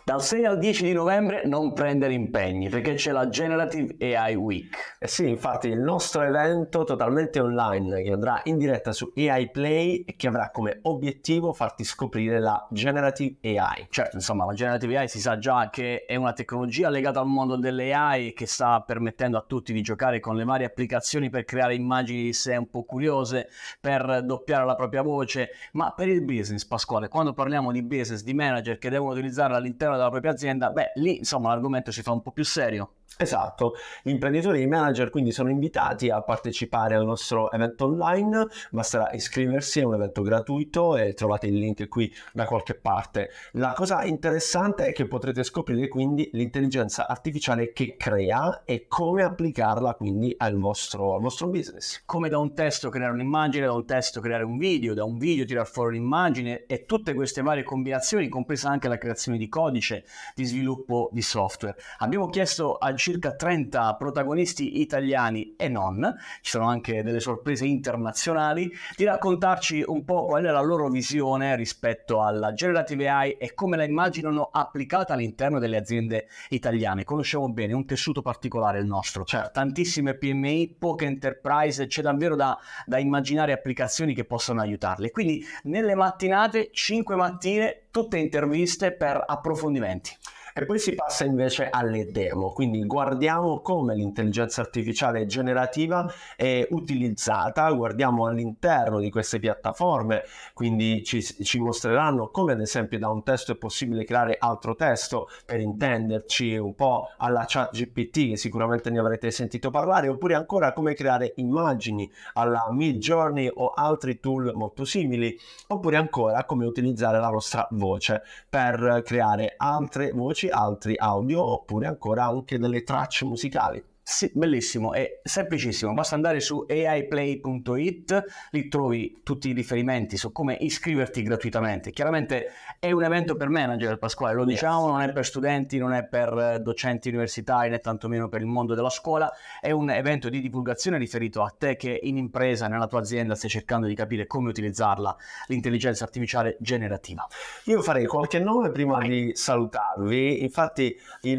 Dal 6 al 10 di novembre non prendere impegni perché c'è la Generative AI Week. Eh sì, infatti il nostro evento totalmente online che andrà in diretta su AI Play e che avrà come obiettivo farti scoprire la Generative AI. Certo, insomma, la Generative AI si sa già che è una tecnologia legata al mondo delle AI che sta permettendo a tutti di giocare con le varie applicazioni per creare immagini di sé un po' curiose, per doppiare la propria voce, ma per il business, Pasquale, quando parliamo di business, di manager che devono utilizzarla all'interno della propria azienda, lì insomma l'argomento si fa un po' più serio. Esatto, gli imprenditori e i manager quindi sono invitati a partecipare al nostro evento online, basterà iscriversi, è un evento gratuito e trovate il link qui da qualche parte. La cosa interessante è che potrete scoprire quindi l'intelligenza artificiale che crea e come applicarla quindi al vostro business. Come da un testo creare un'immagine, da un testo creare un video, da un video tirar fuori un'immagine e tutte queste varie combinazioni, compresa anche la creazione di codice, di sviluppo di software. Abbiamo chiesto a circa 30 protagonisti italiani e non, ci sono anche delle sorprese internazionali, di raccontarci un po' qual è la loro visione rispetto alla Generative AI e come la immaginano applicata all'interno delle aziende italiane. Conosciamo bene un tessuto particolare il nostro, cioè tantissime PMI, poche enterprise, c'è davvero da immaginare applicazioni che possano aiutarle. Quindi nelle mattinate, 5 mattine, tutte interviste per approfondimenti. E poi si passa invece alle demo, quindi guardiamo come l'intelligenza artificiale generativa è utilizzata, guardiamo all'interno di queste piattaforme, quindi ci mostreranno come ad esempio da un testo è possibile creare altro testo, per intenderci un po' alla ChatGPT, che sicuramente ne avrete sentito parlare, oppure ancora come creare immagini alla Midjourney o altri tool molto simili, oppure ancora come utilizzare la vostra voce per creare altre voci, altri audio, oppure ancora anche delle tracce musicali. Sì, bellissimo, è semplicissimo, basta andare su aiplay.it, lì trovi tutti i riferimenti su come iscriverti gratuitamente. Chiaramente è un evento per manager, Pasquale, lo diciamo, non è per studenti, non è per docenti universitari, né tantomeno per il mondo della scuola, è un evento di divulgazione riferito a te che in impresa, nella tua azienda, stai cercando di capire come utilizzarla, l'intelligenza artificiale generativa. Io farei qualche nome prima di salutarvi, infatti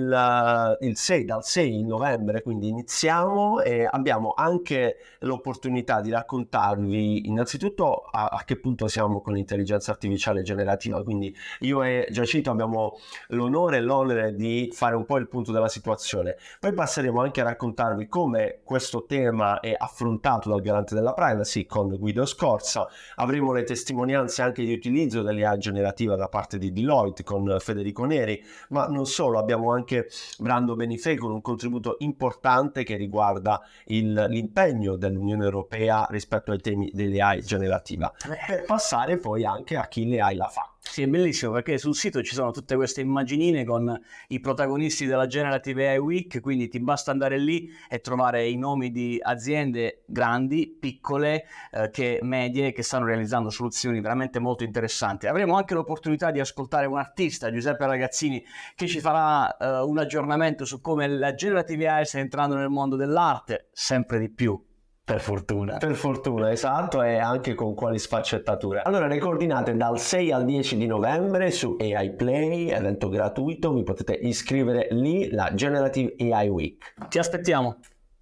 dal 6 novembre, quindi iniziamo e abbiamo anche l'opportunità di raccontarvi innanzitutto a che punto siamo con l'intelligenza artificiale generativa, quindi io e Giacinto abbiamo l'onore e l'onere di fare un po' il punto della situazione, poi passeremo anche a raccontarvi come questo tema è affrontato dal garante della privacy con Guido Scorza, avremo le testimonianze anche di utilizzo dell'IA generativa da parte di Deloitte con Federico Neri, ma non solo, abbiamo anche Brando Benifei con un contributo importante che riguarda l'impegno dell'Unione Europea rispetto ai temi dell'AI generativa, per passare poi anche a chi l'AI la fa. Sì, è bellissimo perché sul sito ci sono tutte queste immaginine con i protagonisti della Generative AI Week, quindi ti basta andare lì e trovare i nomi di aziende grandi, piccole, medie, che stanno realizzando soluzioni veramente molto interessanti. Avremo anche l'opportunità di ascoltare un artista, Giuseppe Ragazzini, che ci farà un aggiornamento su come la Generative AI sta entrando nel mondo dell'arte, sempre di più. Per fortuna, esatto, e anche con quali sfaccettature. Allora, le coordinate dal 6 al 10 di novembre su AI Play, evento gratuito, vi potete iscrivere lì, la Generative AI Week. Ti aspettiamo!